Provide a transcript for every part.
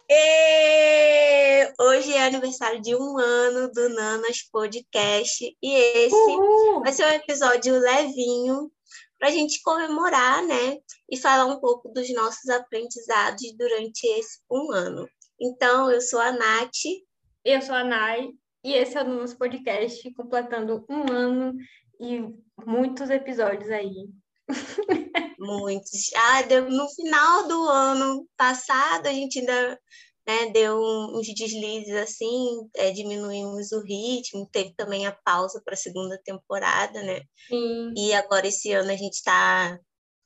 Hoje é aniversário de 1 ano do Nanas Podcast e esse Uhul! vai ser um episódio levinho para a gente comemorar, né? E falar um pouco dos nossos aprendizados durante esse 1 ano. Então, eu sou a Nath. Eu sou a Nai e esse é o nosso podcast, completando 1 ano e muitos episódios aí. Muitos. No final do ano passado, a gente ainda, né, deu uns deslizes assim, diminuímos o ritmo, teve também a pausa para a segunda temporada, né? Sim, E agora esse ano a gente está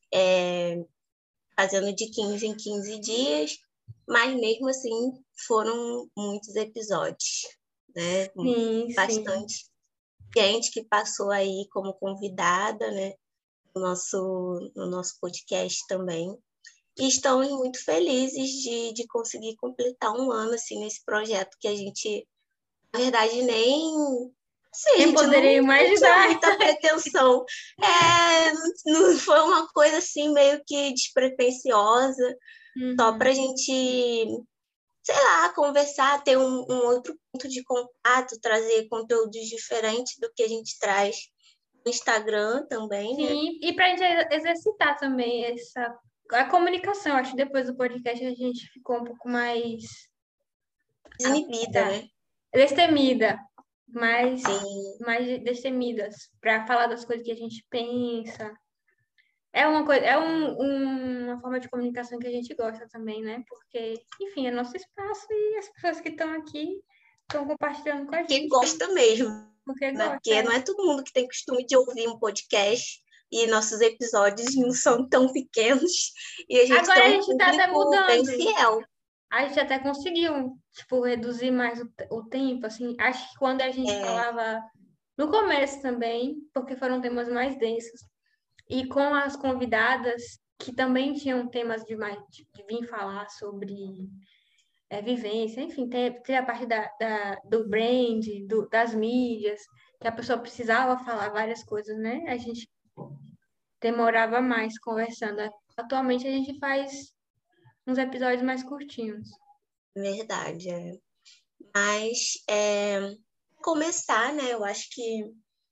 fazendo de 15 em 15 dias, mas mesmo assim foram muitos episódios, né? sim. Bastante gente que passou aí como convidada, né? No nosso podcast também. E estamos muito felizes de conseguir completar 1 ano assim, nesse projeto que a gente, na verdade, nem. Assim, a Nem gente poderia não tinha imaginar. muita pretensão. Não foi uma coisa assim meio que despretensiosa, só para a Uhum. gente, sei lá, conversar, ter um outro ponto de contato, trazer conteúdos diferentes do que a gente traz no Instagram também, né? Sim, e para a gente exercitar também a comunicação. Acho que depois do podcast a gente ficou um pouco mais Desinibida, tá, né? destemida, mais, Sim. mais destemidas para falar das coisas que a gente pensa. É uma coisa, uma forma de comunicação que a gente gosta também, né? Porque, enfim, é nosso espaço e as pessoas que estão aqui estão compartilhando com a Que gente, gosta mesmo, porque né? gosta. Porque não é todo mundo que tem costume de ouvir um podcast e nossos episódios não são tão pequenos e a gente Agora tem a um gente está até público bem mudando. fiel. A gente até conseguiu, tipo, reduzir mais o tempo, assim. Acho que quando a gente É, falava no começo também, porque foram temas mais densos, e com as convidadas que também tinham temas de vir falar sobre vivência, enfim, tem a parte do brand, das mídias, que a pessoa precisava falar várias coisas, né? A gente demorava mais conversando. Atualmente a gente faz uns episódios mais curtinhos. verdade. Mas começar, né? Eu acho que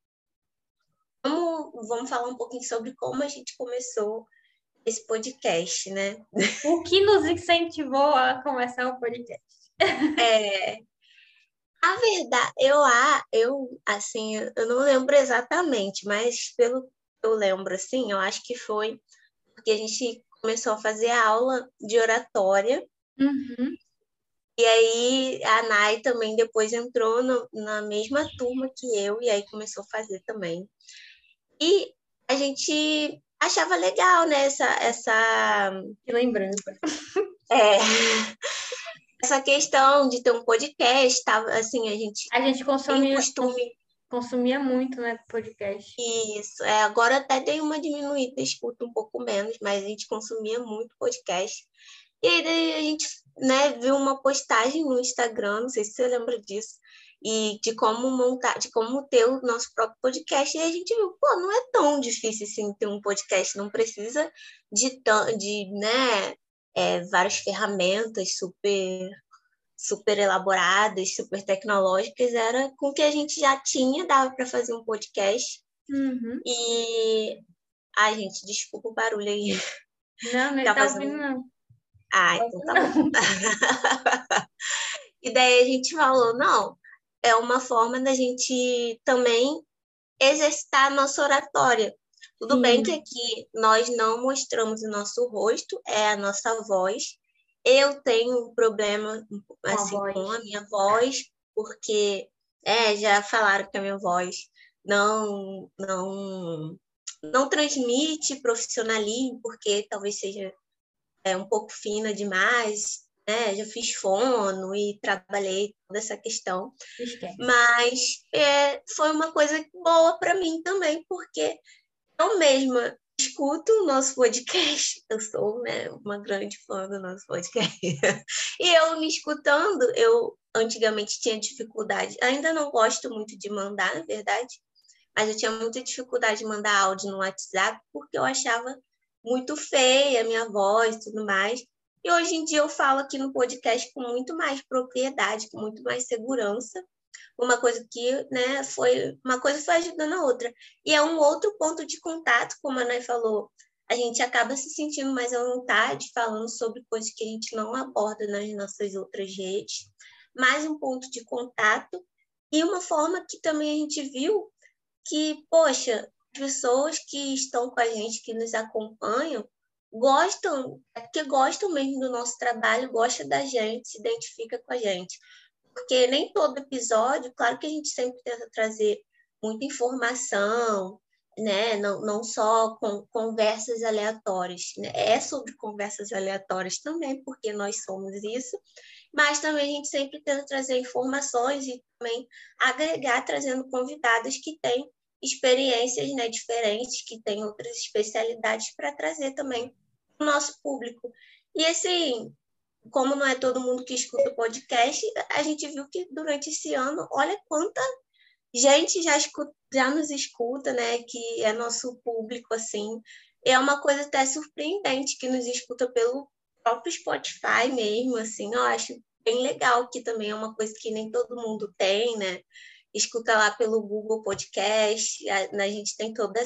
vamos falar um pouquinho sobre como a gente começou esse podcast, né? O que nos incentivou a começar o podcast? É, a verdade, assim, eu não lembro exatamente, mas pelo que eu lembro, assim, eu acho que foi porque a gente começou a fazer aula de oratória, Uhum. e aí a Nai também depois entrou na mesma turma que eu, e aí começou a fazer também. E a gente achava legal, né, Que lembrança. é, essa questão de ter um podcast, tava, assim, a gente A gente tem o costume. consumia muito, né, podcast. Isso, agora até dei uma diminuída, escuto um pouco menos, mas a gente consumia muito podcast. E aí daí a gente, né, viu uma postagem no Instagram, não sei se você lembra disso, e de como montar, de como ter o nosso próprio podcast. E a gente viu, pô, não é tão difícil assim ter um podcast, não precisa né, várias ferramentas super elaboradas, super tecnológicas, era com o que a gente já tinha, dava para fazer um podcast. Uhum. E. Ai, gente, desculpa o barulho aí. Não, nem Tá tá ouvindo, fazendo. não. Ah, Tá então ouvindo, tá bom. não. E daí a gente falou, não, é uma forma da gente também exercitar a nossa oratória. Tudo bem que Sim, aqui nós não mostramos o nosso rosto, é a nossa voz. Eu tenho um problema, com a assim, com a voz. minha voz, porque já falaram que a minha voz não transmite profissionalismo, porque talvez seja um pouco fina demais, né? Já fiz fono e trabalhei toda essa questão, Esquece. mas foi uma coisa boa para mim também, porque eu mesma escuto o nosso podcast, eu sou, né, uma grande fã do nosso podcast, e eu me escutando, eu antigamente tinha dificuldade, ainda não gosto muito de mandar, na verdade, mas eu tinha muita dificuldade de mandar áudio no WhatsApp, porque eu achava muito feia a minha voz e tudo mais. E hoje em dia eu falo aqui no podcast com muito mais propriedade, com muito mais segurança. Uma coisa que, né, uma coisa foi ajudando a outra. E é um outro ponto de contato, como a Nay falou, a gente acaba se sentindo mais à vontade falando sobre coisas que a gente não aborda nas nossas outras redes. Mais um ponto de contato e uma forma que também a gente viu que, poxa, pessoas que estão com a gente, que nos acompanham, gostam, é porque gostam mesmo do nosso trabalho, gostam da gente, se identifica com a gente. Porque nem todo episódio, claro que a gente sempre tenta trazer muita informação, né? Não só com conversas aleatórias, né? É sobre conversas aleatórias também, porque nós somos isso, mas também a gente sempre tenta trazer informações e também agregar, trazendo convidadas que têm experiências, né, diferentes, que têm outras especialidades para trazer também para o nosso público. E assim, como não é todo mundo que escuta o podcast, a gente viu que durante esse ano, olha quanta gente já nos escuta, né? Que é nosso público, assim. É uma coisa até surpreendente que nos escuta pelo próprio Spotify mesmo, assim. Eu acho bem legal, que também é uma coisa que nem todo mundo tem, né? Escuta lá pelo Google Podcast, a gente tem toda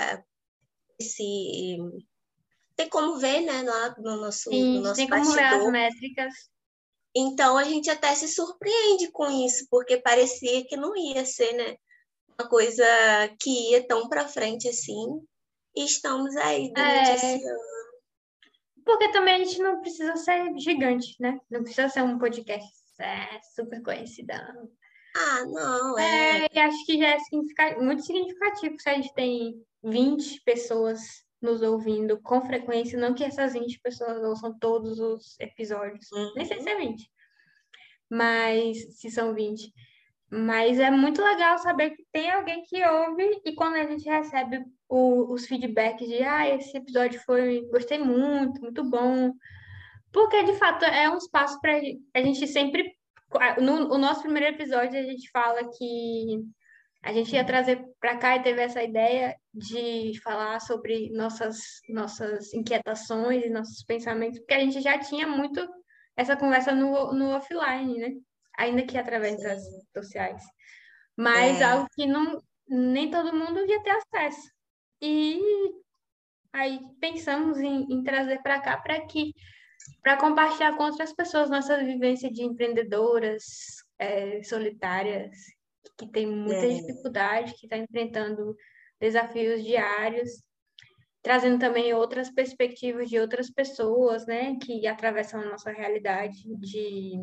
esse tem como ver, né, lá no Sim, nosso tem como ver as bastidor. métricas. Então a gente até se surpreende com isso, porque parecia que não ia ser, né, uma coisa que ia tão para frente assim. E estamos aí durante É, esse ano. porque também a gente não precisa ser gigante, né? Não precisa ser um podcast super conhecidão. Ah, não, é. E acho que já é muito significativo se a gente tem 20 pessoas nos ouvindo com frequência, não que essas 20 pessoas ouçam todos os episódios. Nem sei se Uhum, é 20, mas se são 20. Mas é muito legal saber que tem alguém que ouve e quando a gente recebe os feedbacks de esse episódio gostei muito, muito bom. Porque de fato é um espaço para a gente sempre. No o nosso primeiro episódio, a gente fala que a gente ia trazer para cá e teve essa ideia de falar sobre nossas inquietações e nossos pensamentos, porque a gente já tinha muito essa conversa no offline, né? Ainda que através das sim, sociais. Mas é, algo que não, nem todo mundo ia ter acesso. E aí pensamos em trazer para cá para compartilhar com outras pessoas nossa vivência de empreendedoras solitárias, que tem muita é, dificuldade, que está enfrentando desafios diários, trazendo também outras perspectivas de outras pessoas, né, que atravessam a nossa realidade de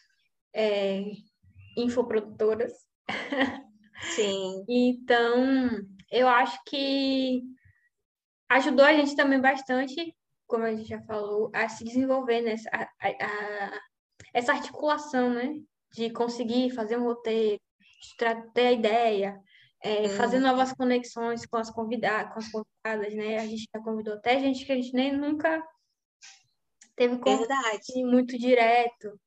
infoprodutoras. sim, Então, eu acho que ajudou a gente também bastante, como a gente já falou, a se desenvolver essa articulação, né? De conseguir fazer um roteiro, ter a ideia, fazer uhum, novas conexões com as convidadas, né? A gente já convidou até gente que a gente nem nunca teve contato verdade. assim, muito direto.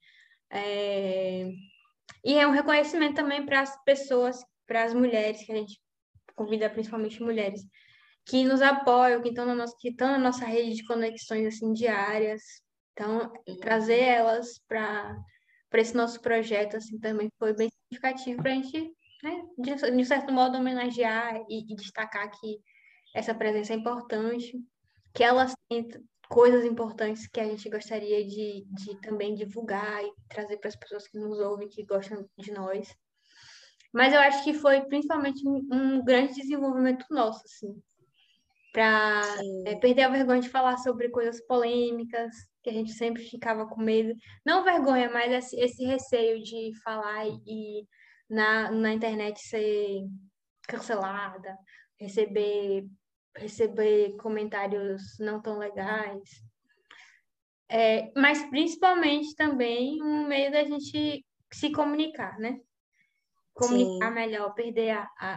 E é um reconhecimento também para as pessoas, para as mulheres, que a gente convida principalmente mulheres, que nos apoiam, que estão na nossa rede de conexões assim diárias. Então, trazer Uhum, elas para esse nosso projeto assim também foi bem significativo para a gente, né, de certo modo homenagear e destacar que essa presença é importante, que elas têm coisas importantes que a gente gostaria de também divulgar e trazer para as pessoas que nos ouvem, que gostam de nós. Mas eu acho que foi principalmente um grande desenvolvimento nosso, assim, para sim, perder a vergonha de falar sobre coisas polêmicas, que a gente sempre ficava com medo. Não vergonha, mas esse receio de falar e na internet ser cancelada, receber, receber comentários não tão legais. Mas principalmente também um meio da gente se comunicar, né? Comunicar sim, melhor, perder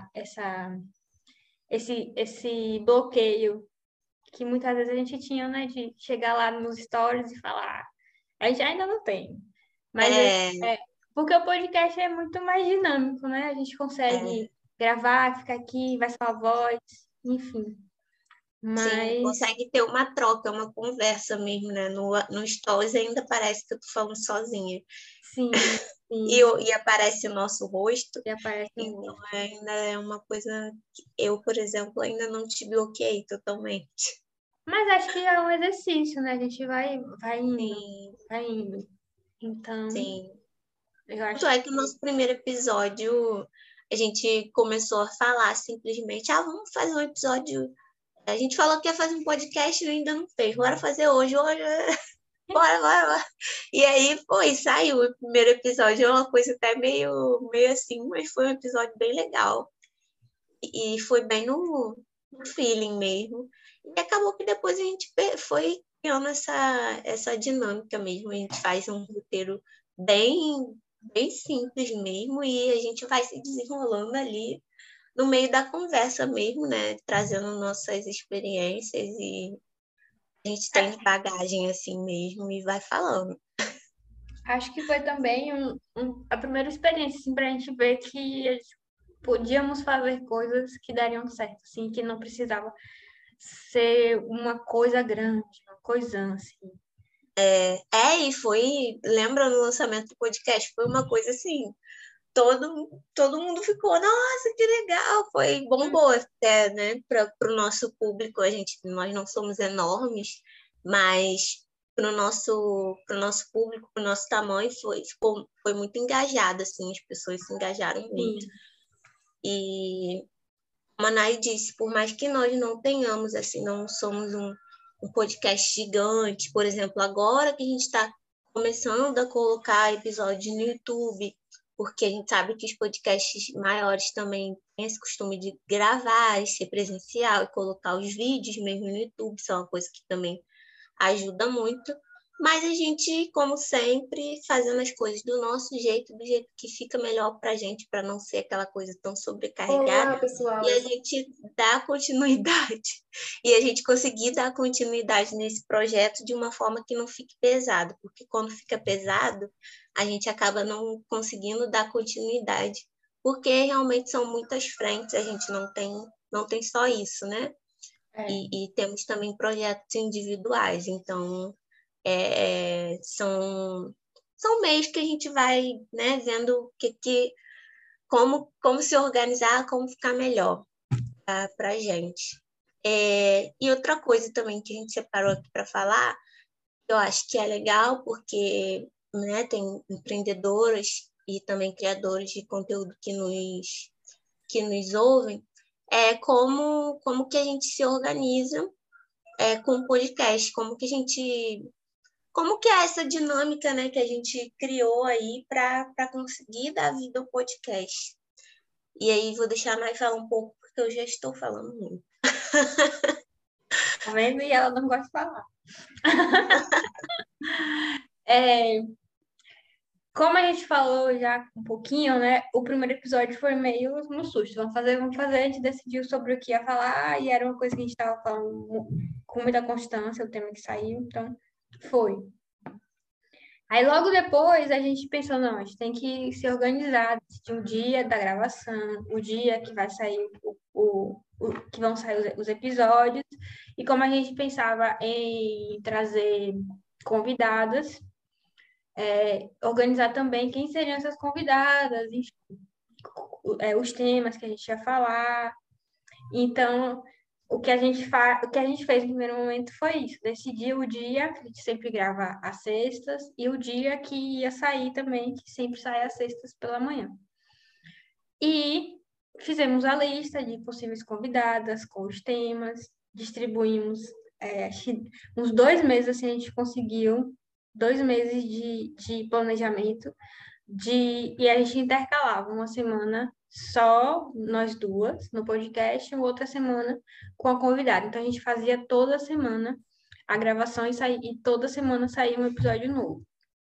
esse bloqueio que muitas vezes a gente tinha, né, de chegar lá nos stories e falar. A gente ainda não tem, mas é, porque o podcast é muito mais dinâmico, né? A gente consegue é, gravar, ficar aqui, vai só a voz, enfim. Sim, Mas, consegue ter uma troca, uma conversa mesmo, né? No Stories ainda parece que eu tô falando sozinha. sim, E, sim, e aparece o nosso rosto, e aparece o então rosto. ainda é uma coisa que eu, por exemplo, ainda não te bloqueei totalmente. Mas acho que é um exercício, né? A gente vai indo, Sim, vai indo. Então, sim. eu Tanto acho é que o que nosso primeiro episódio, a gente começou a falar simplesmente, vamos fazer um episódio. A gente falou que ia fazer um podcast e ainda não fez. Bora fazer hoje. Bora. E aí foi, saiu o primeiro episódio. É uma coisa até meio assim, mas foi um episódio bem legal. E foi bem no feeling mesmo. E acabou que depois a gente foi criando essa dinâmica mesmo. A gente faz um roteiro bem, bem simples mesmo e a gente vai se desenrolando ali no meio da conversa mesmo, né? Trazendo nossas experiências e a gente tem bagagem assim mesmo e vai falando. acho que foi também a primeira experiência, assim, pra gente ver que podíamos fazer coisas que dariam certo, assim, que não precisava ser uma coisa grande, uma coisa assim. E foi, lembra no lançamento do podcast, foi uma coisa assim, todo mundo ficou, nossa, que legal, foi bombou até, né, para o nosso público, nós não somos enormes, mas pro nosso público, pro nosso tamanho, foi muito engajado, assim, as pessoas se engajaram muito. Sim. E como a Nai disse, por mais que nós não tenhamos, assim, não somos um podcast gigante, por exemplo, agora que a gente está começando a colocar episódios no YouTube, porque a gente sabe que os podcasts maiores também têm esse costume de gravar e ser presencial e colocar os vídeos mesmo no YouTube, isso é uma coisa que também ajuda muito. Mas a gente, como sempre, fazendo as coisas do nosso jeito, do jeito que fica melhor para a gente, para não ser aquela coisa tão Olá, sobrecarregada, pessoal. e a gente dá continuidade. E a gente conseguir dar continuidade nesse projeto de uma forma que não fique pesado, porque quando fica pesado, a gente acaba não conseguindo dar continuidade, porque realmente são muitas frentes, a gente não tem só isso, né? É, E temos também projetos individuais, então são meios que a gente vai, né, vendo como se organizar, como ficar melhor para a gente. E outra coisa também que a gente separou aqui para falar, eu acho que é legal porque, né, tem empreendedoras e também criadores de conteúdo que nos ouvem, como que a gente se organiza com o podcast, como que é essa dinâmica, né, que a gente criou aí para conseguir dar vida ao podcast. E aí vou deixar a Nai falar um pouco, porque eu já estou falando muito. tá vendo? E ela não gosta de falar. É, como a gente falou já um pouquinho, né? O primeiro episódio foi meio no susto. Vamos fazer. A gente decidiu sobre o que ia falar e era uma coisa que a gente estava falando com muita constância, o tema que saiu, então foi. Aí logo depois a gente pensou, não, a gente tem que se organizar, decidir o dia da gravação, o dia que vai sair que vão sair os episódios, e como a gente pensava em trazer convidadas, organizar também quem seriam essas convidadas, enfim, os temas que a gente ia falar. Então, o que a gente fez no primeiro momento foi isso, decidir o dia, que a gente sempre grava às sextas, e o dia que ia sair também, que sempre sai às sextas pela manhã. E fizemos a lista de possíveis convidadas com os temas, distribuímos, acho que uns 2 meses assim a gente conseguiu, 2 meses de planejamento, e a gente intercalava uma semana só nós duas no podcast e outra semana com a convidada. Então a gente fazia toda semana a gravação e toda semana saía um episódio novo.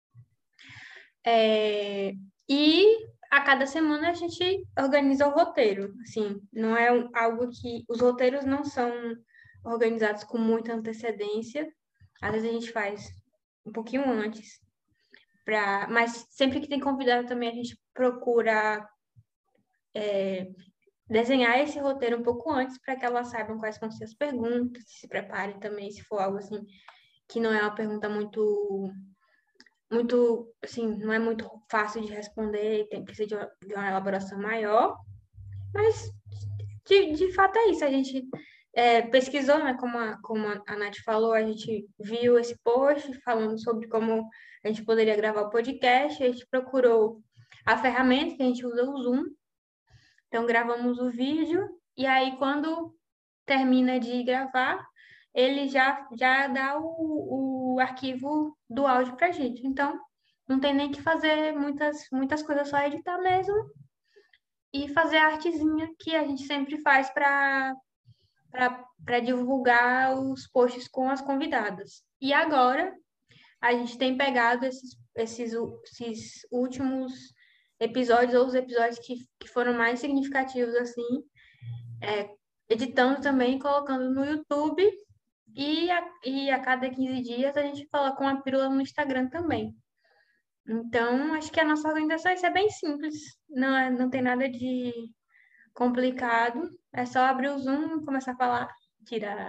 E a cada semana a gente organiza o roteiro. Assim, não é algo que os roteiros não são organizados com muita antecedência. Às vezes a gente faz um pouquinho antes. Mas sempre que tem convidado também a gente procura desenhar esse roteiro um pouco antes para que elas saibam quais vão ser as perguntas, se preparem também, se for algo assim que não é uma pergunta muito, assim, não é muito fácil de responder, precisa de uma elaboração maior, mas de fato é isso, a gente pesquisou, né, como a Nath falou, a gente viu esse post falando sobre como a gente poderia gravar o podcast, a gente procurou a ferramenta que a gente usa, o Zoom, então gravamos o vídeo, e aí quando termina de gravar, ele já dá o arquivo do áudio pra gente. Então, não tem nem que fazer muitas coisas, só editar mesmo e fazer a artezinha que a gente sempre faz para divulgar os posts com as convidadas. E agora, a gente tem pegado esses últimos episódios, ou os episódios que foram mais significativos, assim, editando também, colocando no YouTube e a cada 15 dias a gente coloca uma pílula no Instagram também. Então, acho que a nossa organização isso é bem simples. Não tem nada de complicado. É só abrir o Zoom e começar a falar. Tirar.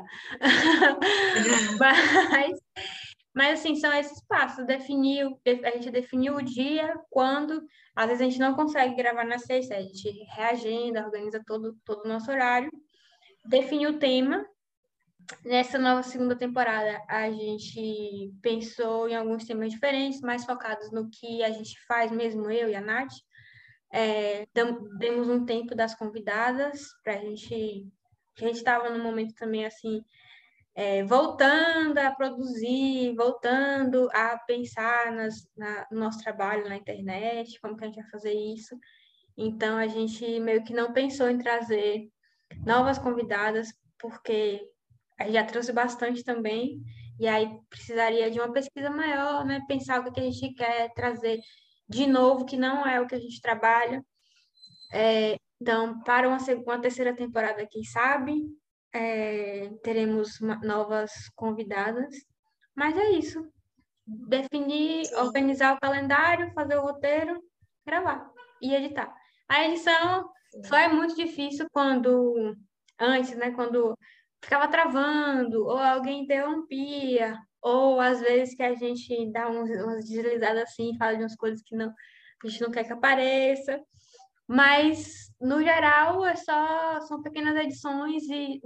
Mas, mas, assim, são esses passos. A gente definiu o dia, quando. Às vezes a gente não consegue gravar na sexta, a gente reagenda, organiza todo o nosso horário. Define o tema. Nessa nova segunda temporada, a gente pensou em alguns temas diferentes, mais focados no que a gente faz mesmo, eu e a Nath. Demos um tempo das convidadas para a gente estava num momento também assim, voltando a produzir, voltando a pensar no nosso trabalho na internet, como que a gente vai fazer isso. Então, a gente meio que não pensou em trazer novas convidadas, porque a gente já trouxe bastante também, e aí precisaria de uma pesquisa maior, né? Pensar o que a gente quer trazer de novo, que não é o que a gente trabalha. Então, para uma terceira temporada, quem sabe, teremos novas convidadas. Mas é isso. Definir, Sim, organizar o calendário, fazer o roteiro, gravar e editar. A edição só sim. é muito difícil antes, né? Quando ficava travando, ou alguém interrompia, ou às vezes que a gente dá umas deslizadas assim, fala de umas coisas que a gente não quer que apareça. Mas, no geral, são pequenas edições e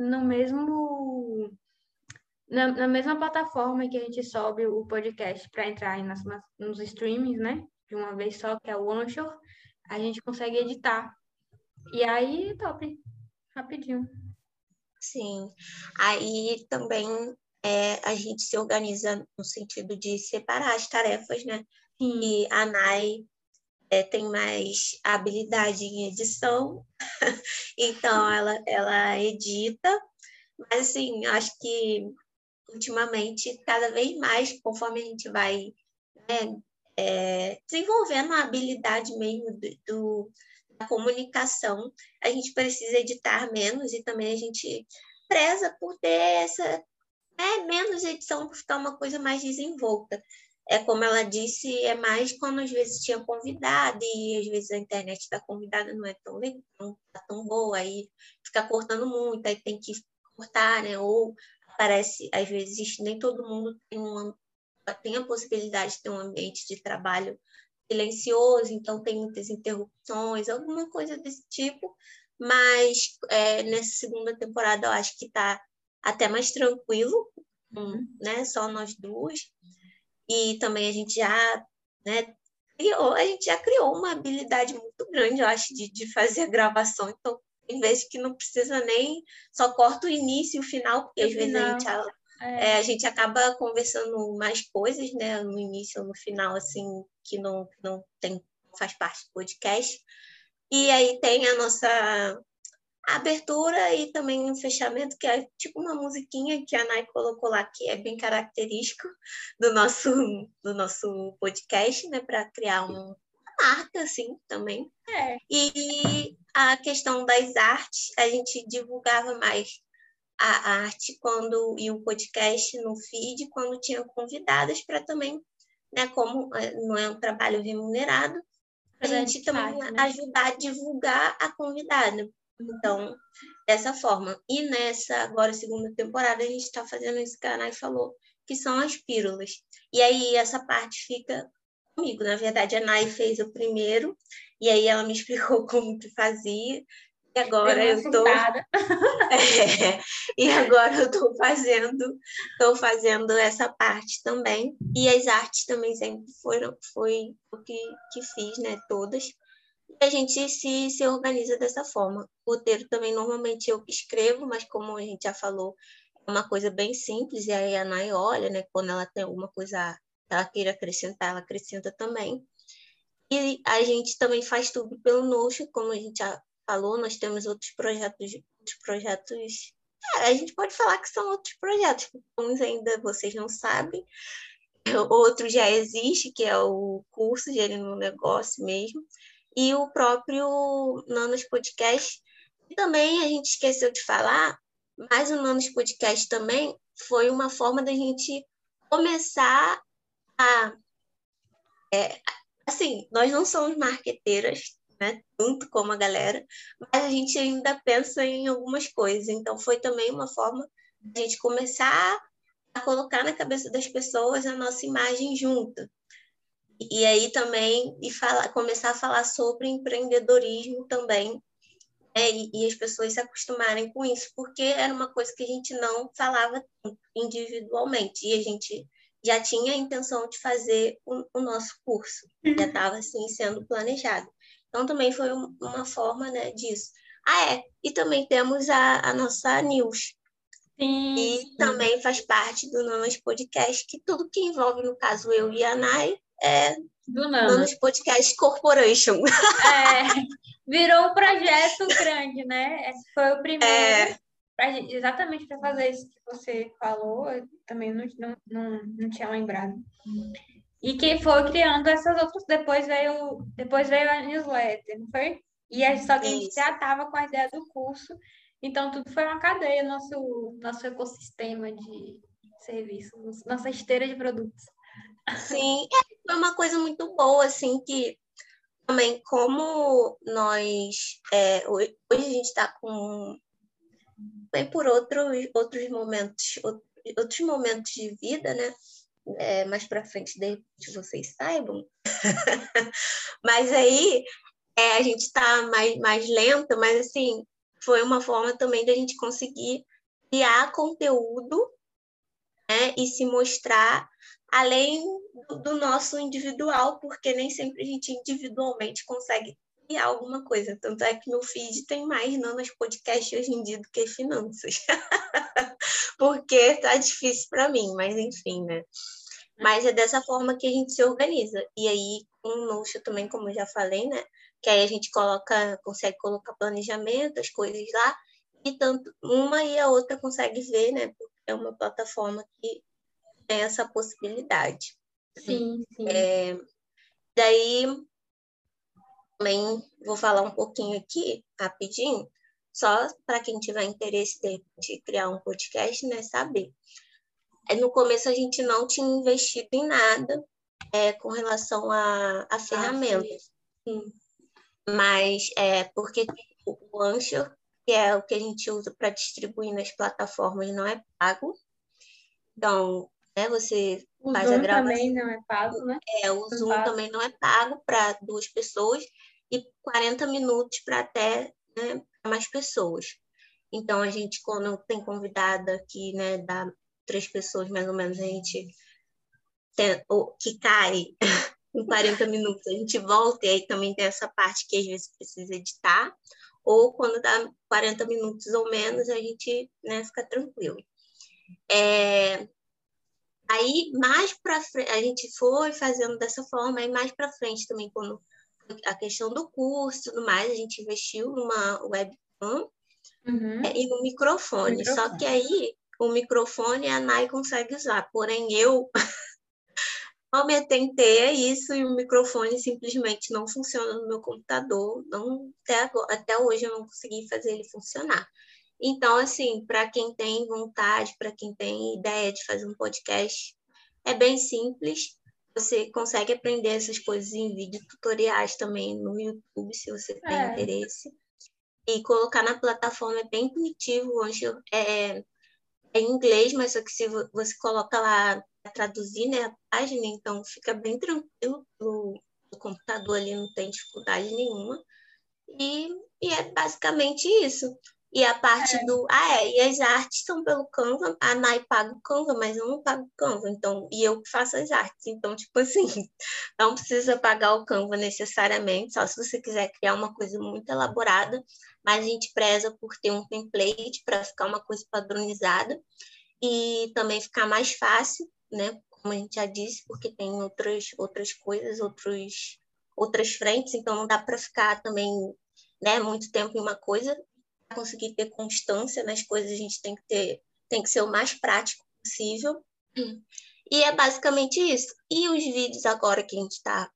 na mesma plataforma que a gente sobe o podcast para entrar aí nos streamings, né? De uma vez só, que é o Anchor, a gente consegue editar. E aí, top, rapidinho. Sim. Aí também a gente se organiza no sentido de separar as tarefas, né? Sim, E a Nai tem mais habilidade em edição, então ela edita, mas assim, acho que ultimamente, cada vez mais, conforme a gente vai, né, desenvolvendo a habilidade mesmo da comunicação, a gente precisa editar menos e também a gente preza por ter menos edição, por ficar uma coisa mais desenvolta. Como ela disse, é mais quando às vezes tinha convidado e às vezes a internet da convidada não é tão legal, não tá tão boa, aí fica cortando muito, aí tem que cortar, né? Ou aparece, às vezes, nem todo mundo tem a possibilidade de ter um ambiente de trabalho silencioso, então tem muitas interrupções, alguma coisa desse tipo, mas nessa segunda temporada eu acho que está até mais tranquilo, né? Só nós duas. E também né, a gente já criou uma habilidade muito grande, eu acho, de fazer a gravação. Então, tem vezes que não precisa nem, só corta o início e o final, porque no às vezes final. a gente acaba conversando mais coisas, né, no início ou no final, assim, que não faz parte do podcast. E aí tem a nossa abertura e também um fechamento, que é tipo uma musiquinha que a Nai colocou lá, que é bem característico do nosso podcast, né, para criar uma marca, assim, também. É, E a questão das artes, a gente divulgava mais a arte e o podcast no feed quando tinha convidadas para também, né, como não é um trabalho remunerado, a pra dar gente também destaque, né? ajudar a divulgar a convidada. Então, dessa forma. E nessa, agora, segunda temporada, a gente está fazendo isso que a Anai falou, que são as pílulas. E aí, essa parte fica comigo. Na verdade, a Nai fez o primeiro, e aí ela me explicou como que fazia. E Deu agora uma eu tô... surtada. E agora eu tô fazendo essa parte também. E as artes também sempre foi o que fiz, né? Todas. E a gente se organiza dessa forma. O roteiro também, normalmente, eu que escrevo, mas como a gente já falou, é uma coisa bem simples, e aí a Nai olha, né? Quando ela tem alguma coisa que ela queira acrescentar, ela acrescenta também. E a gente também faz tudo pelo Notion, como a gente já falou, nós temos outros projetos. A gente pode falar que são outros projetos, porque uns ainda vocês não sabem, outro já existe, que é o curso Gerindo no Negócio mesmo, e o próprio Nanos Podcast. E também a gente esqueceu de falar, mas o Nanos Podcast também foi uma forma da gente começar a assim, nós não somos marqueteiras, né? Tanto como a galera, mas a gente ainda pensa em algumas coisas. Então, foi também uma forma de a gente começar a colocar na cabeça das pessoas a nossa imagem junto. E aí também começar a falar sobre empreendedorismo também, né? E as pessoas se acostumarem com isso, porque era uma coisa que a gente não falava individualmente, e a gente já tinha a intenção de fazer o nosso curso, já estava assim sendo planejado. Então também foi uma forma, né, disso. E também temos a nossa news, Sim, e sim. também faz parte do Nanos Podcast, que tudo que envolve, no caso, eu e a Nai, é Do Nana. Nanos Podcast Corporation. É, virou um projeto grande, né? Esse foi o primeiro, É, exatamente para fazer isso que você falou, eu também não tinha lembrado. E quem foi criando essas outras, depois veio a newsletter, não foi? Só que a gente isso. já estava com a ideia do curso, então tudo foi uma cadeia, nosso ecossistema de serviços, nossa esteira de produtos. Sim, foi uma coisa muito boa, assim, que também como nós, hoje a gente está com, bem por outros momentos de vida, né? Mais para frente, de repente, vocês saibam. Mas aí a gente está mais lenta, mas assim, foi uma forma também da gente conseguir criar conteúdo, né, e se mostrar além do nosso individual, porque nem sempre a gente individualmente consegue criar alguma coisa. Tanto é que meu feed tem mais nanos podcast hoje em dia do que finanças. Porque tá difícil para mim, mas enfim, né? Mas é dessa forma que a gente se organiza. E aí, com o Notion também, como eu já falei, né? Que aí a gente consegue colocar planejamento, as coisas lá, e tanto uma e a outra consegue ver, né? Porque é uma plataforma que tem essa possibilidade. Sim, sim. Daí, também vou falar um pouquinho aqui, rapidinho, só para quem tiver interesse de criar um podcast, né, saber. No começo a gente não tinha investido em nada com relação a Sim. ferramentas, mas porque o Anchor, que é o que a gente usa para distribuir nas plataformas, não é pago. Então, você O faz a Zoom também gravação. não é pago, né? O Não Zoom pago. também não é pago para 2 pessoas e 40 minutos para até, né, mais pessoas. Então, a gente, quando tem convidada aqui, né, dá 3 pessoas mais ou menos, a gente que cai em 40 minutos, a gente volta, e aí também tem essa parte que às vezes precisa editar, ou quando dá 40 minutos ou menos, a gente, né, fica tranquilo. Aí, mais para frente, a gente foi fazendo dessa forma, aí mais para frente também, quando a questão do curso e tudo mais, a gente investiu numa webcam Uhum. e no microfone. Só que Microfone. aí, o microfone a Nai consegue usar, porém eu não me atentei a isso e o microfone simplesmente não funciona no meu computador. Não, até hoje eu não consegui fazer ele funcionar. Então, assim, para quem tem vontade, para quem tem ideia de fazer um podcast, é bem simples. Você consegue aprender essas coisas em vídeo tutoriais também no YouTube, se você tem É, interesse. e colocar na plataforma é bem intuitivo. O Anchor é em inglês, mas só que se você coloca lá para traduzir, né, a página, então fica bem tranquilo o computador ali, não tem dificuldade nenhuma. E, e é basicamente isso. E a parte do. E as artes são pelo Canva. A Nai paga o Canva, mas eu não pago o Canva. Então, e eu que faço as artes. Então, tipo assim, não precisa pagar o Canva necessariamente, só se você quiser criar uma coisa muito elaborada. Mas a gente preza por ter um template para ficar uma coisa padronizada e também ficar mais fácil, né? Como a gente já disse, porque tem outras coisas, outras frentes, então não dá para ficar também, né, muito tempo em uma coisa. Para conseguir ter constância nas coisas, a gente tem que ser o mais prático possível. E é basicamente isso. E os vídeos agora que a gente está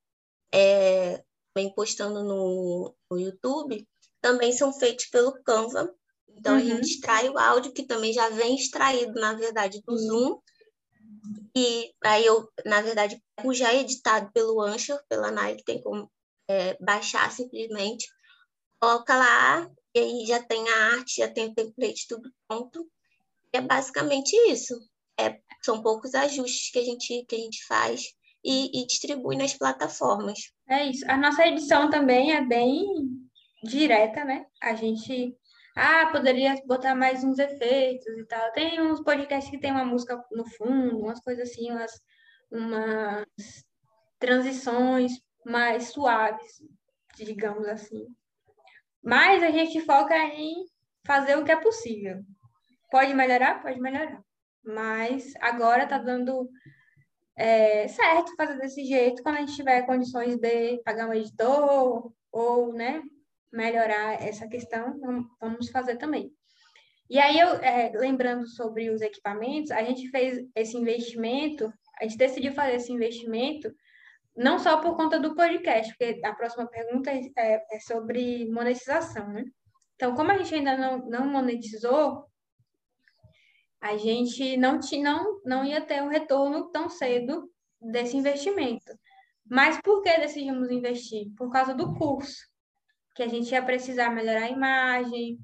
bem postando no YouTube também são feitos pelo Canva. Então, a gente extrai o áudio, que também já vem extraído, na verdade, do Zoom. E aí eu, na verdade, pego já editado pelo Anchor, pela Nike, tem como baixar simplesmente, coloca lá, e aí já tem a arte, já tem o template, tudo pronto. E é basicamente isso. São poucos ajustes que a gente faz e distribui nas plataformas. É isso. A nossa edição também é bem direta, né? A gente, poderia botar mais uns efeitos e tal. Tem uns podcasts que tem uma música no fundo, umas coisas assim, umas transições mais suaves, digamos assim. Mas a gente foca em fazer o que é possível. Pode melhorar? Pode melhorar. Mas agora tá dando certo fazer desse jeito. Quando a gente tiver condições de pagar um editor ou, né, melhorar essa questão, vamos fazer também. E aí, lembrando sobre os equipamentos, a gente fez esse investimento, a gente decidiu fazer esse investimento não só por conta do podcast, porque a próxima pergunta é sobre monetização, né? Então, como a gente ainda não monetizou, a gente não ia ter um retorno tão cedo desse investimento. Mas por que decidimos investir? Por causa do curso, que a gente ia precisar melhorar a imagem,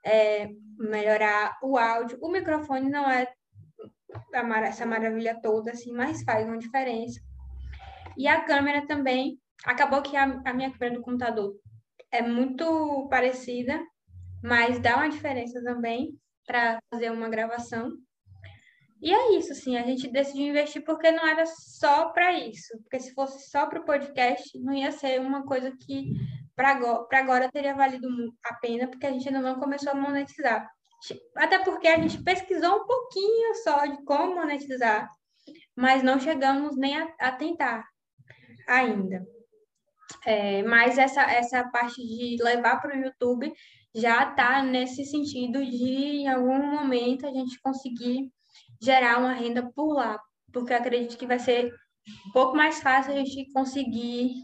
melhorar o áudio. O microfone não é essa maravilha toda, assim, mas faz uma diferença. E a câmera também, acabou que a minha câmera do computador é muito parecida, mas dá uma diferença também para fazer uma gravação. E é isso, assim, a gente decidiu investir porque não era só para isso. Porque se fosse só para o podcast, não ia ser uma coisa que para agora teria valido a pena, porque a gente ainda não começou a monetizar. Até porque a gente pesquisou um pouquinho só de como monetizar, mas não chegamos nem a tentar ainda. Mas essa parte de levar para o YouTube já está nesse sentido de, em algum momento, a gente conseguir gerar uma renda por lá, porque eu acredito que vai ser um pouco mais fácil a gente conseguir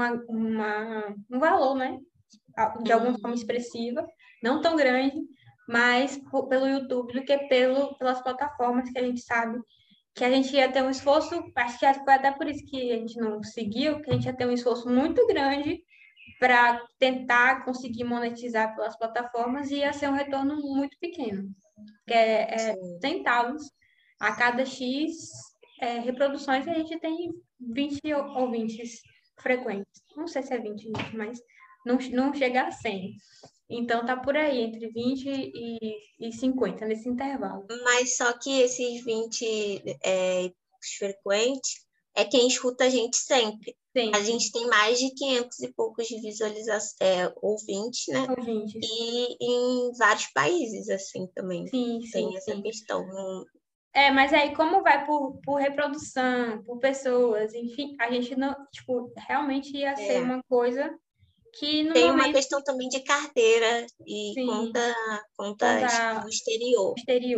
um valor, né? De alguma forma expressiva, não tão grande, mas pelo YouTube do que pelas plataformas que a gente sabe que a gente ia ter um esforço, acho que foi até por isso que a gente não seguiu, que a gente ia ter um esforço muito grande para tentar conseguir monetizar pelas plataformas e ia ser um retorno muito pequeno, que é centavos a cada X reproduções, a gente tem 20 ouvintes frequentes. Não sei se é 20, mas não chega a 100. Então, tá por aí, entre 20 e 50, nesse intervalo. Mas só que esses 20 frequentes é quem escuta a gente sempre. Sim. A gente tem mais de 500 e poucos de ouvintes, né? Ouvintes. E em vários países, assim, também. Sim, tem essa questão. Mas aí, como vai por reprodução, por pessoas, enfim, a gente não, tipo, realmente ia ser uma coisa que no tem momento... uma questão também de carteira e Sim, contas no exterior.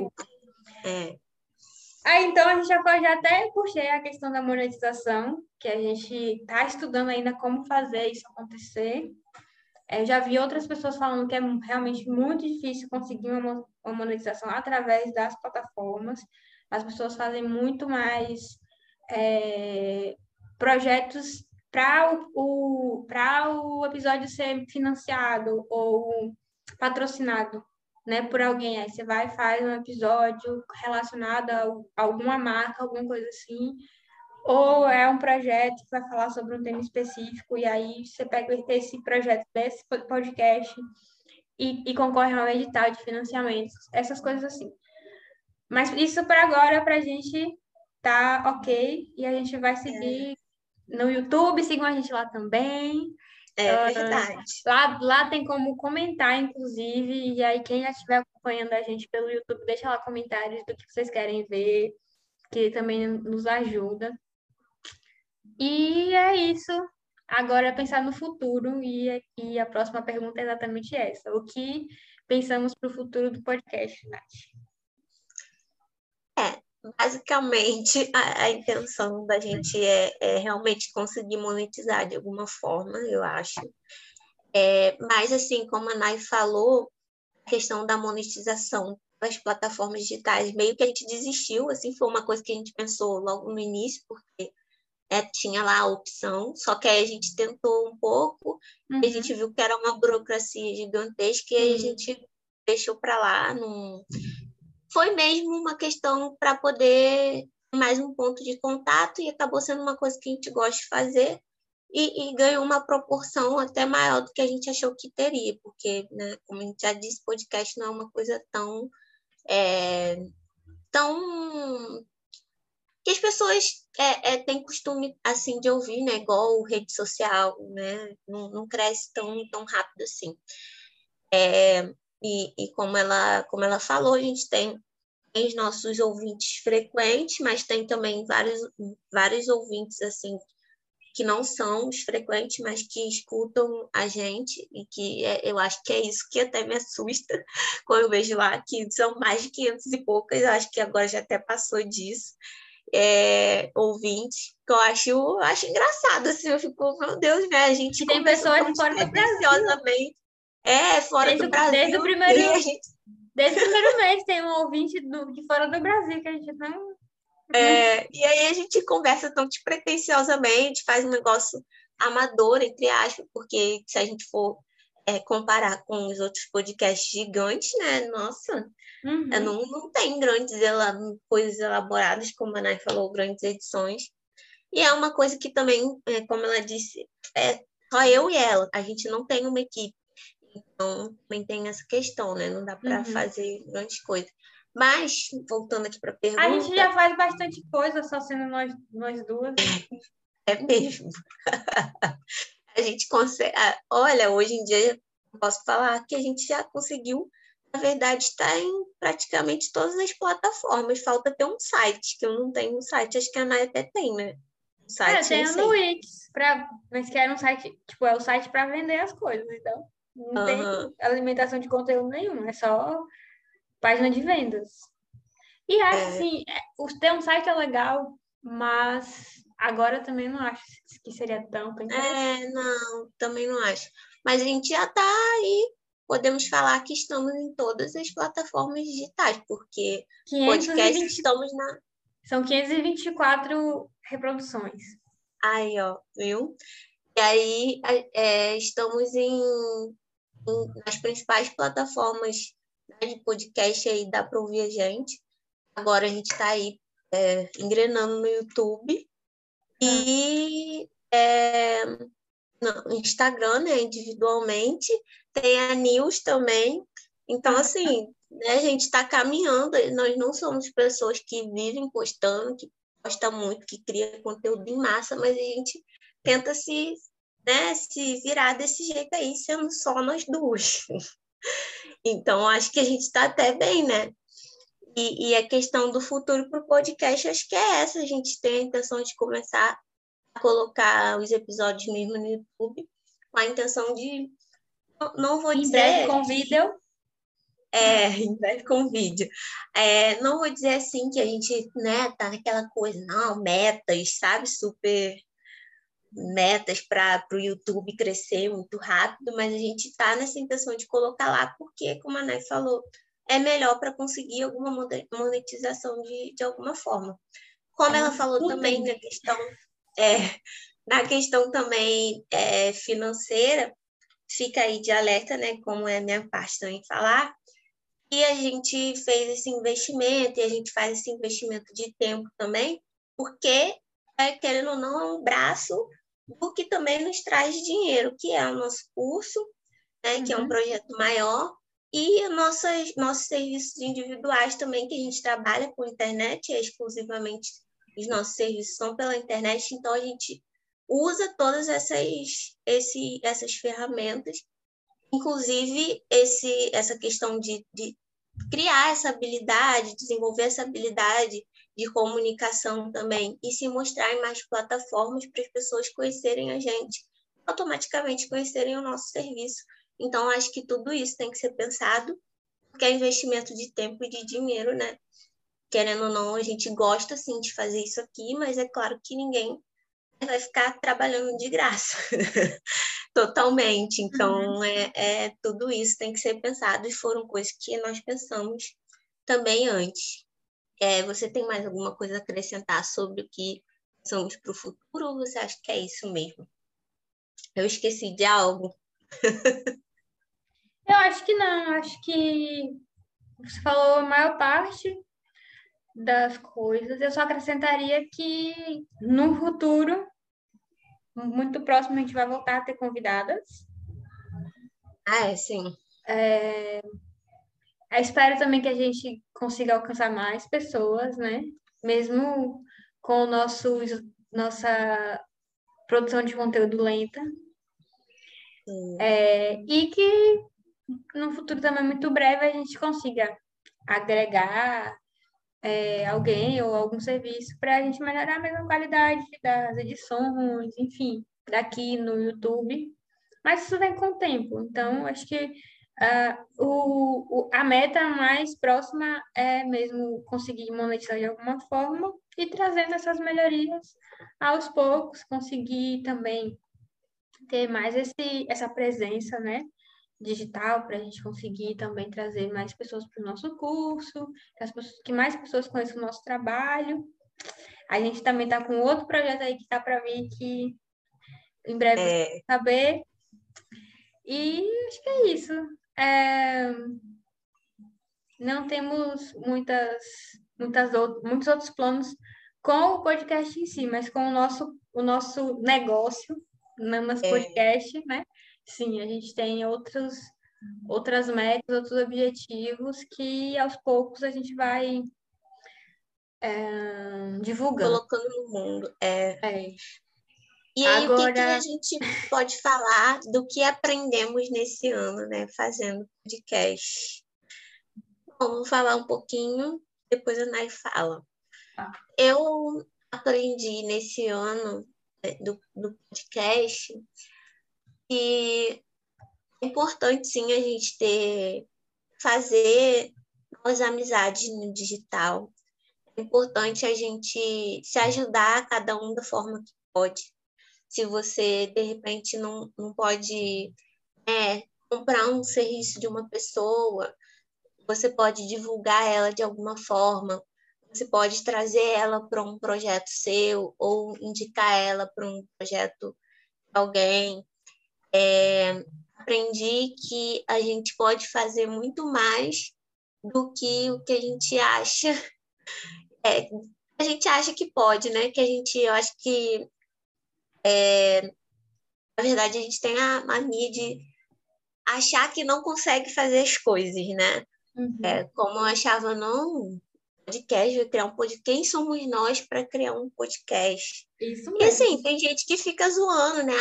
Então a gente já até puxei a questão da monetização, que a gente está estudando ainda como fazer isso acontecer. Eu já vi outras pessoas falando que é realmente muito difícil conseguir uma monetização através das plataformas. As pessoas fazem muito mais projetos para o episódio ser financiado ou patrocinado, né, por alguém. Aí você vai e faz um episódio relacionado a alguma marca, alguma coisa assim. Ou é um projeto que vai falar sobre um tema específico, e aí você pega esse projeto desse podcast e concorre a um edital de financiamentos, essas coisas assim. Mas isso para agora, para a gente tá ok, e a gente vai seguir no YouTube, sigam a gente lá também. É verdade. Lá tem como comentar, inclusive, e aí quem já estiver acompanhando a gente pelo YouTube, deixa lá comentários do que vocês querem ver, que também nos ajuda. E é isso. Agora é pensar no futuro, e a próxima pergunta é exatamente essa. O que pensamos para o futuro do podcast, Nath? Basicamente, a intenção da gente é realmente conseguir monetizar de alguma forma, eu acho. Mas, assim, como a Nay falou, a questão da monetização das plataformas digitais, meio que a gente desistiu, assim, foi uma coisa que a gente pensou logo no início, porque tinha lá a opção, só que aí a gente tentou um pouco, e a gente viu que era uma burocracia gigantesca, e aí a gente deixou para lá. Foi mesmo uma questão para poder mais um ponto de contato, e acabou sendo uma coisa que a gente gosta de fazer, e ganhou uma proporção até maior do que a gente achou que teria, porque, né, como a gente já disse, podcast não é uma coisa tão que as pessoas têm costume assim de ouvir, né? Igual rede social, né? Não cresce tão rápido assim. E como ela falou, a gente tem os nossos ouvintes frequentes, mas tem também vários ouvintes assim que não são os frequentes, mas que escutam a gente, e que eu acho que é isso que até me assusta quando eu vejo lá que são mais de 500 e poucas, eu acho que agora já até passou disso. Ouvintes, que eu acho engraçado, assim, eu fico, meu Deus, né? A gente E tem conversou pessoas tão de fora do Brasil. despretensiosamente. Fora do Brasil. Desde o E primeiro, a gente, desde o primeiro mês tem um ouvinte de fora do Brasil que a gente não. e aí a gente conversa tão despretensiosamente, faz um negócio amador, entre aspas, porque se a gente for comparar com os outros podcasts gigantes, né? Nossa, não tem coisas elaboradas, como a Nay falou, grandes edições. E é uma coisa que também, como ela disse, só eu e ela, a gente não tem uma equipe. Então, também tem essa questão, né? Não dá para fazer grandes coisas. Mas, voltando aqui para a A gente pergunta, já faz bastante coisa, só sendo nós duas. é mesmo. A gente consegue. Olha, hoje em dia, eu posso falar que a gente já conseguiu, na verdade, estar em praticamente todas as plataformas. Falta ter um site, que eu não tenho um site, acho que a Nay até tem, né? Um site, Tem não no sei. Wix, mas que era um site, tipo, é o site para vender as coisas, então não tem alimentação de conteúdo nenhum, é só página de vendas. E acho assim, ter um site é legal, mas agora eu também não acho que seria tão interessante. Não, também não acho. Mas a gente já está aí, podemos falar que estamos em todas as plataformas digitais, porque podcast 520, estamos na. são 524 reproduções. Aí, ó, viu? E aí estamos nas principais plataformas, né, de podcast aí, dá para ouvir a gente. Agora a gente está aí engrenando no YouTube e no Instagram, né, individualmente, tem a News também. Então, assim, né, a gente está caminhando, nós não somos pessoas que vivem postando, que posta muito, que cria conteúdo em massa, mas a gente tenta se virar desse jeito aí, sendo só nós duas. Então, acho que a gente está até bem, né? E a questão do futuro para o podcast, acho que é essa. A gente tem a intenção de começar a colocar os episódios mesmo no YouTube, com a intenção de, não vou Em dizer breve com vídeo. em breve com vídeo. Não vou dizer assim que a gente, né, tá naquela coisa, não, metas, sabe, super metas para o YouTube crescer muito rápido, mas a gente está nessa intenção de colocar lá, porque, como a Nay falou, é melhor para conseguir alguma monetização de alguma forma. Como ela falou também na questão também financeira, fica aí de alerta, né? Como é a minha parte também falar. E a gente fez esse investimento, e a gente faz esse investimento de tempo também, porque, querendo ou não, é um braço do que também nos traz dinheiro, que é o nosso curso, né, que é um projeto maior, e nossos serviços individuais também, que a gente trabalha com internet, exclusivamente os nossos serviços são pela internet, então a gente usa todas essas ferramentas, inclusive essa questão de criar essa habilidade, desenvolver essa habilidade de comunicação também e se mostrar em mais plataformas para as pessoas conhecerem a gente, automaticamente conhecerem o nosso serviço. Então, acho que tudo isso tem que ser pensado, porque é investimento de tempo e de dinheiro, né? Querendo ou não, a gente gosta, sim, de fazer isso aqui, mas é claro que ninguém vai ficar trabalhando de graça. Totalmente. Então, tudo isso tem que ser pensado e foram coisas que nós pensamos também antes. Você tem mais alguma coisa a acrescentar sobre o que pensamos para o futuro ou você acha que é isso mesmo? Eu esqueci de algo? Eu acho que não, acho que você falou a maior parte das coisas. Eu só acrescentaria que no futuro, muito próximo, a gente vai voltar a ter convidadas. Sim. Eu espero também que a gente consiga alcançar mais pessoas, né? Mesmo com nossa produção de conteúdo lenta. E que no futuro também muito breve a gente consiga agregar alguém ou algum serviço para a gente melhorar a mesma qualidade das edições, enfim, daqui no YouTube. Mas isso vem com o tempo. Então, acho que a meta mais próxima é mesmo conseguir monetizar de alguma forma e trazendo essas melhorias aos poucos, conseguir também ter mais essa presença, né, digital para a gente conseguir também trazer mais pessoas para o nosso curso, que mais pessoas conheçam o nosso trabalho. A gente também está com outro projeto aí que está para vir que em breve você vai saber. E acho que é isso. Não temos muitos outros planos com o podcast em si, mas com o nosso negócio, nosso podcast, né? Sim, a gente tem outras metas, outros objetivos que aos poucos a gente vai divulgando. Colocando no mundo. É. E aí, o que a Agora, gente pode falar do que aprendemos nesse ano, né, fazendo podcast? Bom, vou falar um pouquinho, depois a Nai fala. Eu aprendi nesse ano, né, do podcast que é importante, sim, a gente fazer novas amizades no digital. É importante a gente se ajudar, cada um da forma que pode. Se você, de repente, não pode comprar um serviço de uma pessoa, você pode divulgar ela de alguma forma, você pode trazer ela para um projeto seu ou indicar ela para um projeto de alguém. Aprendi que a gente pode fazer muito mais do que o que a gente acha. A gente acha que pode, né? Eu acho que, na verdade, a gente tem a mania de achar que não consegue fazer as coisas, né? Como eu achava, não, podcast, vai criar um podcast. Quem somos nós para criar um podcast? isso E mesmo. assim, tem gente que fica zoando, né?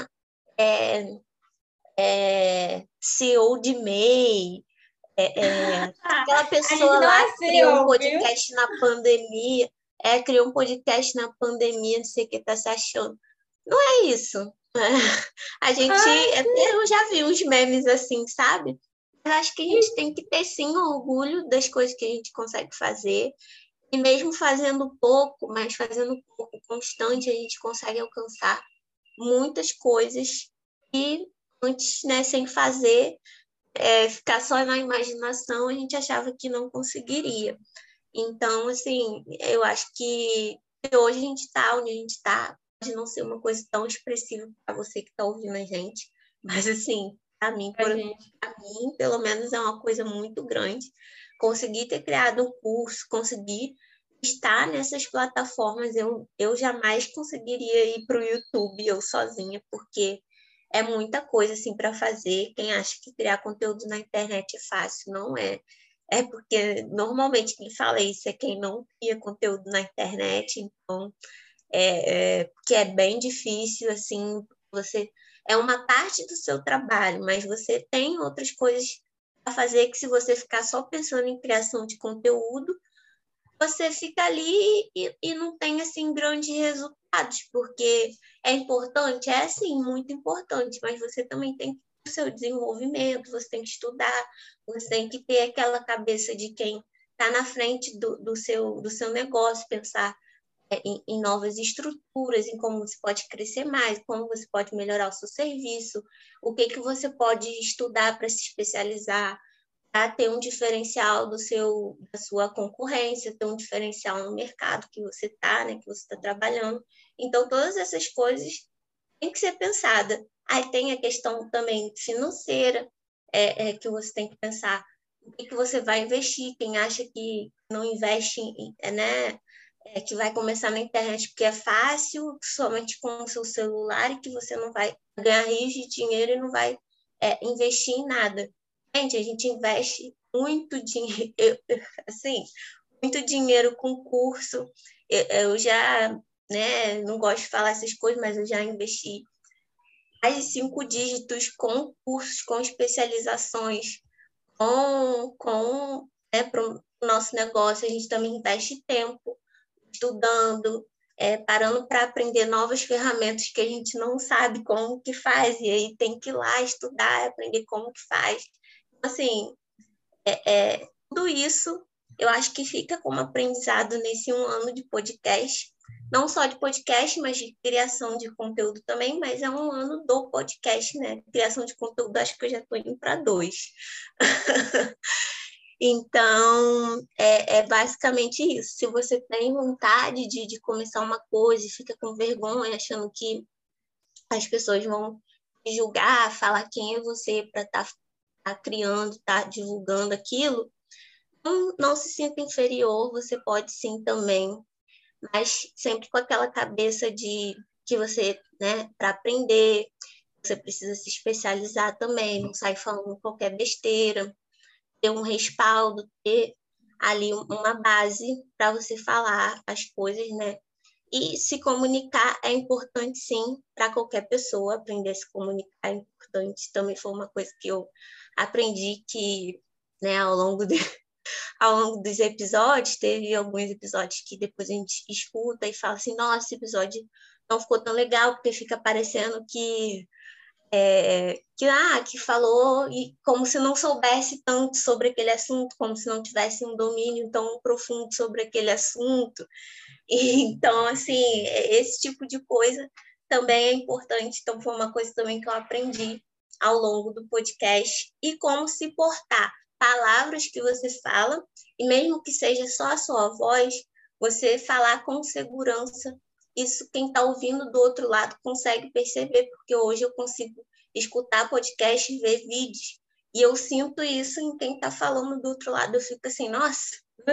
CEO de MEI, aquela A gente pessoa não lá é que criou um CEO, viu? podcast na pandemia, criou um podcast na pandemia, não sei o que tá se achando. Não é isso. A gente, eu já vi uns memes assim, sabe? Eu acho que a gente tem que ter, sim, orgulho das coisas que a gente consegue fazer. E mesmo fazendo pouco, mas fazendo pouco constante, a gente consegue alcançar muitas coisas e antes, né, sem fazer, ficar só na imaginação, a gente achava que não conseguiria. Então, assim, eu acho que hoje a gente está onde a gente está, pode não ser uma coisa tão expressiva para você que está ouvindo a gente, Mas, assim, para mim, Pra gente. pelo menos, é uma coisa muito grande. Conseguir ter criado um curso, conseguir estar nessas plataformas, eu jamais conseguiria ir para o YouTube eu sozinha, porque é muita coisa assim para fazer. Quem acha que criar conteúdo na internet é fácil, não é. É porque normalmente quem fala isso é quem não cria conteúdo na internet, então porque é bem difícil assim, você é uma parte do seu trabalho, mas você tem outras coisas a fazer que se você ficar só pensando em criação de conteúdo, você fica ali e não tem assim grandes resultados, porque é importante, é sim, muito importante, mas você também tem que ter o seu desenvolvimento, você tem que estudar, você tem que ter aquela cabeça de quem está na frente do seu negócio, pensar em novas estruturas, em como você pode crescer mais, como você pode melhorar o seu serviço, o que você pode estudar para se especializar, para ter um diferencial da sua concorrência, ter um diferencial no mercado que você está, né, que você está trabalhando. Então, todas essas coisas têm que ser pensadas. Aí tem a questão também financeira, que você tem que pensar o que você vai investir. Quem acha que não investe, né, que vai começar na internet porque é fácil, somente com o seu celular, e que você não vai ganhar rios de dinheiro e não vai investir em nada. Gente, a gente investe muito dinheiro, assim, muito dinheiro com curso. Eu já, né, não gosto de falar essas coisas, mas eu já investi mais de 5 dígitos com cursos, com especializações, para o nosso negócio. A gente também investe tempo estudando, parando para aprender novas ferramentas que a gente não sabe como que faz, e aí tem que ir lá estudar, aprender como que faz. Assim, tudo isso eu acho que fica como aprendizado nesse 1 ano de podcast, não só de podcast, mas de criação de conteúdo também, mas é 1 ano do podcast, né? Criação de conteúdo, acho que eu já estou indo para 2. Então, é basicamente isso. Se você tem vontade de começar uma coisa e fica com vergonha, achando que as pessoas vão te julgar, falar quem é você para tá criando, tá divulgando aquilo, não se sinta inferior, você pode sim também, mas sempre com aquela cabeça de que você, né, para aprender, você precisa se especializar também, não sai falando qualquer besteira, ter um respaldo, ter ali uma base para você falar as coisas, né? E se comunicar é importante, sim, para qualquer pessoa. Aprender a se comunicar é importante. Também foi uma coisa que eu aprendi que, né, ao longo dos episódios, teve alguns episódios que depois a gente escuta e fala assim, nossa, esse episódio não ficou tão legal, porque fica parecendo que falou e como se não soubesse tanto sobre aquele assunto, como se não tivesse um domínio tão profundo sobre aquele assunto. E, então, assim, esse tipo de coisa também é importante. Então, foi uma coisa também que eu aprendi ao longo do podcast. E como se portar. Palavras que você fala, e mesmo que seja só a sua voz, você falar com segurança. Isso quem está ouvindo do outro lado consegue perceber, porque hoje eu consigo escutar podcast, ver vídeos, e eu sinto isso em quem está falando do outro lado. Eu fico assim, nossa,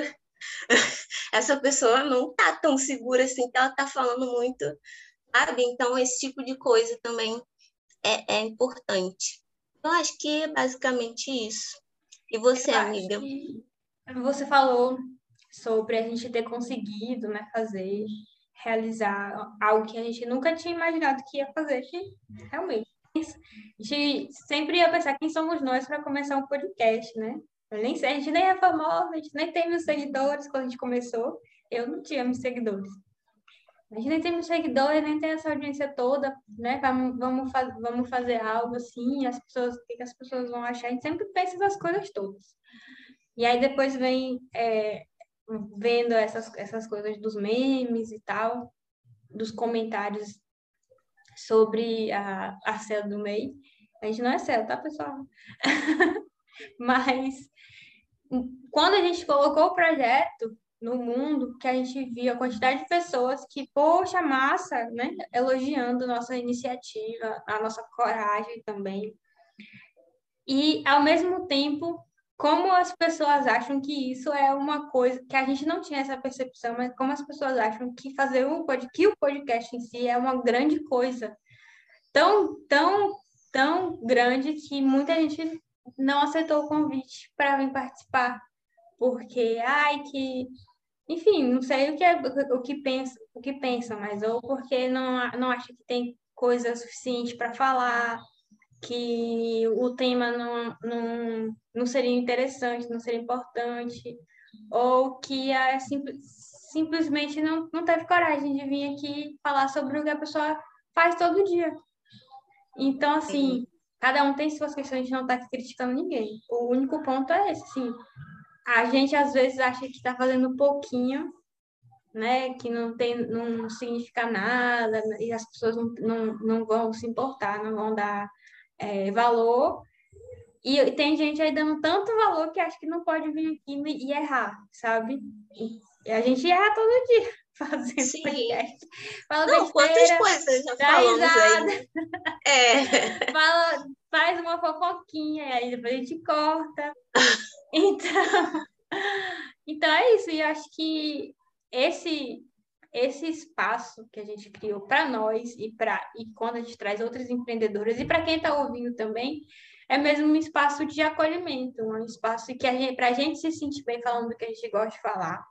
essa pessoa não está tão segura assim, que ela está falando muito, sabe? Então, esse tipo de coisa também é importante. Eu acho que é basicamente isso. E você, Eu acho amiga? que você falou sobre a gente ter conseguido, né, fazer, realizar algo que a gente nunca tinha imaginado que ia fazer, que realmente. A gente sempre ia pensar quem somos nós para começar um podcast, né? Eu nem sei, a gente nem é famosa, a gente nem tem 1.000 seguidores quando a gente começou. Eu não tinha 1.000 seguidores. A gente nem tem 1.000 seguidores, nem tem essa audiência toda, né? Vamos fazer algo assim, o que as pessoas vão achar? A gente sempre pensa essas coisas todas. E aí depois vem vendo essas coisas dos memes e tal, dos comentários sobre a Céu do MEI. A gente não é Céu, tá, pessoal? Mas quando a gente colocou o projeto, no mundo que a gente via a quantidade de pessoas que, poxa, massa, né? Elogiando nossa iniciativa, a nossa coragem também. E, ao mesmo tempo, como as pessoas acham que isso é uma coisa, que a gente não tinha essa percepção, mas como as pessoas acham que que o podcast em si é uma grande coisa, tão, tão, tão grande que muita gente não aceitou o convite para vir participar, porque, ai, que, enfim, não sei o que pensam, mas ou porque não acha que tem coisa suficiente para falar, que o tema não seria interessante, não seria importante, ou que simplesmente não teve coragem de vir aqui falar sobre o que a pessoa faz todo dia. Então, assim, cada um tem suas questões, a gente não está criticando ninguém. O único ponto é esse, assim, a gente às vezes acha que está fazendo pouquinho, né, que não significa nada, e as pessoas não vão se importar, não vão dar valor. E tem gente aí dando tanto valor que acha que não pode vir aqui e errar, sabe? E a gente erra todo dia fazendo Sim. podcast. Fala Não, quantas besteira, coisas já dá falamos aí, risada, né? É. faz uma fofoquinha, e aí depois a gente corta. Então, então é isso. E eu acho que esse esse espaço que a gente criou para nós e quando a gente traz outras empreendedoras e para quem está ouvindo também, é mesmo um espaço de acolhimento, um espaço que para a gente se sentir bem falando do que a gente gosta de falar,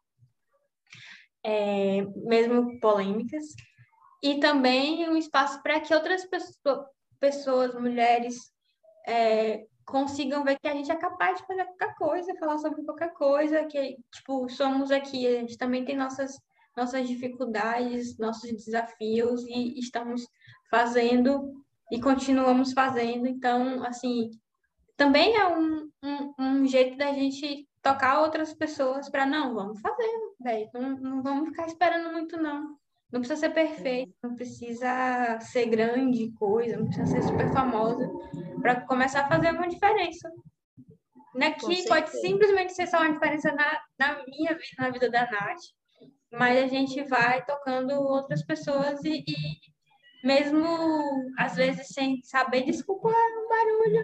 mesmo polêmicas, e também um espaço para que outras pessoas, mulheres, consigam ver que a gente é capaz de fazer qualquer coisa, falar sobre qualquer coisa, que, tipo, somos aqui, a gente também tem nossas dificuldades, nossos desafios e estamos fazendo e continuamos fazendo. Então, assim, também é um jeito da gente tocar outras pessoas para, não, vamos fazer, velho, não vamos ficar esperando muito, não. Não precisa ser perfeito, não precisa ser grande coisa, não precisa ser super famosa para começar a fazer uma diferença. Né? Com Que pode certeza. simplesmente ser só uma diferença na minha vida, na vida da Nath, mas a gente vai tocando outras pessoas e mesmo às vezes sem saber, desculpa o barulho,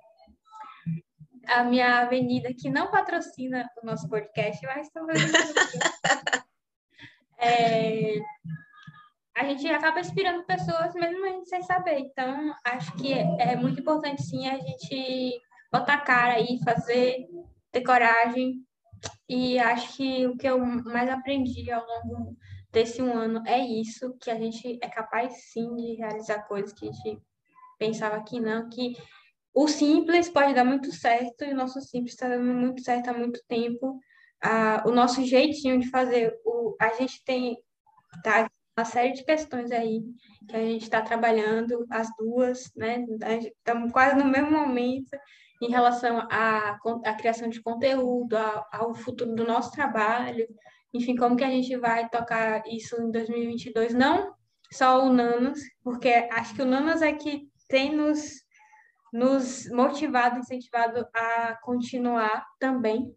a minha avenida que não patrocina o nosso podcast, mas estou fazendo a gente acaba inspirando pessoas mesmo a gente sem saber. Então, acho que é muito importante, sim, a gente botar a cara aí, fazer, ter coragem. E acho que o que eu mais aprendi ao longo desse um ano é isso, que a gente é capaz, sim, de realizar coisas que a gente pensava que não, que o simples pode dar muito certo, e o nosso simples está dando muito certo há muito tempo. O nosso jeitinho de fazer, a gente tem tá, uma série de questões aí que a gente está trabalhando, as duas, né? Estamos quase no mesmo momento em relação à criação de conteúdo, ao futuro do nosso trabalho, enfim, como que a gente vai tocar isso em 2022, não só o Nanos, porque acho que o Nanos é que tem nos motivado, incentivado a continuar também,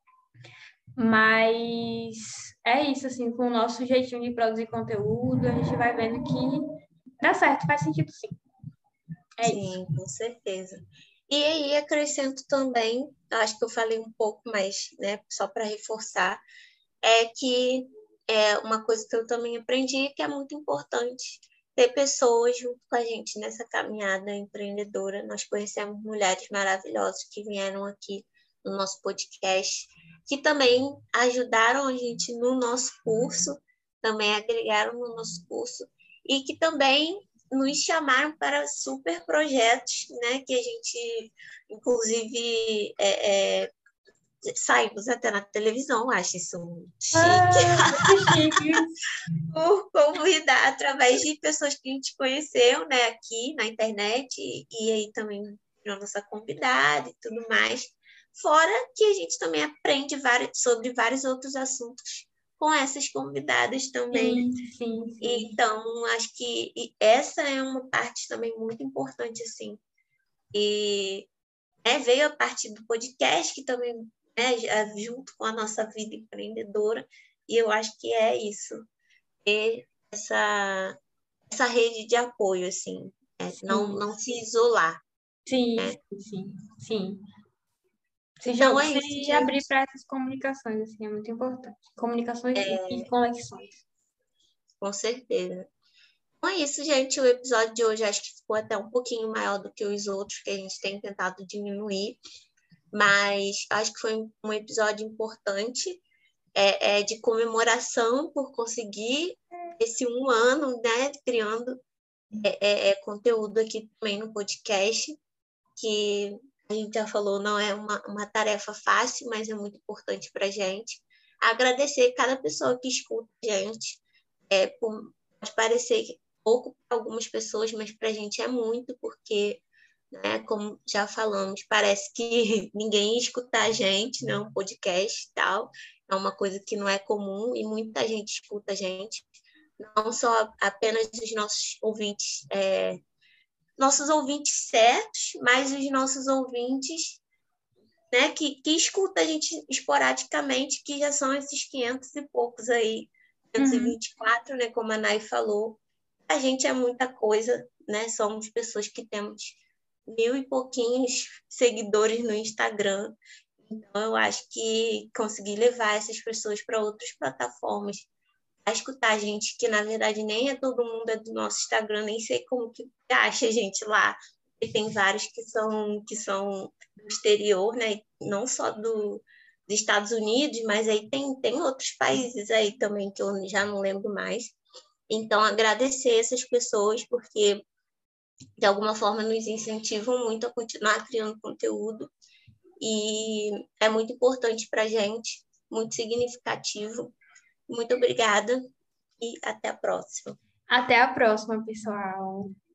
mas é isso, assim, com o nosso jeitinho de produzir conteúdo, a gente vai vendo que dá certo, faz sentido sim. É isso. Sim, com certeza. E aí acrescento também, acho que eu falei um pouco, mas né, só para reforçar, é que é uma coisa que eu também aprendi que é muito importante ter pessoas junto com a gente nessa caminhada empreendedora. Nós conhecemos mulheres maravilhosas que vieram aqui no nosso podcast, que também ajudaram a gente no nosso curso, também agregaram no nosso curso, e que também nos chamaram para super projetos, né, que a gente, inclusive, saímos até na televisão, acho isso muito chique, Muito chique. por convidar através de pessoas que a gente conheceu, né, aqui na internet, e aí também a nossa convidada e tudo mais. Fora que a gente também aprende sobre vários outros assuntos com essas convidadas também. Sim, sim, sim. Então, acho que essa é uma parte também muito importante, assim. E veio a parte do podcast, que também né, junto com a nossa vida empreendedora, e eu acho que é isso, ter essa rede de apoio, assim, Sim, não se isolar, sim, né? sim, sim. Então é isso, Se abrir gente. para essas comunicações, assim, é muito importante. Comunicações e conexões. Com certeza. Então é isso, gente. O episódio de hoje acho que ficou até um pouquinho maior do que os outros que a gente tem tentado diminuir, mas acho que foi um episódio importante, de comemoração por conseguir esse 1 ano, né, criando conteúdo aqui também no podcast, que a gente já falou, não é uma tarefa fácil, mas é muito importante para a gente. Agradecer cada pessoa que escuta a gente. Pode parecer pouco para algumas pessoas, mas para a gente é muito, porque, né, como já falamos, parece que ninguém escuta a gente, né, um podcast e tal. É uma coisa que não é comum e muita gente escuta a gente. Não só apenas os nossos ouvintes certos, mas os nossos ouvintes, né, que escuta a gente esporadicamente, que já são esses 500 e poucos aí, Uhum. 524, né, como a Nay falou. A gente é muita coisa, né? Somos pessoas que temos 1.000 e pouquinhos seguidores no Instagram. Então, eu acho que conseguir levar essas pessoas para outras plataformas, a escutar a gente, que na verdade nem é todo mundo é do nosso Instagram, nem sei como que acha a gente lá. E tem vários que são do exterior, né? Não só dos Estados Unidos, mas aí tem outros países aí também que eu já não lembro mais. Então, agradecer essas pessoas, porque de alguma forma nos incentivam muito a continuar criando conteúdo e é muito importante para a gente, muito significativo. Muito obrigada e até a próxima. Até a próxima, pessoal.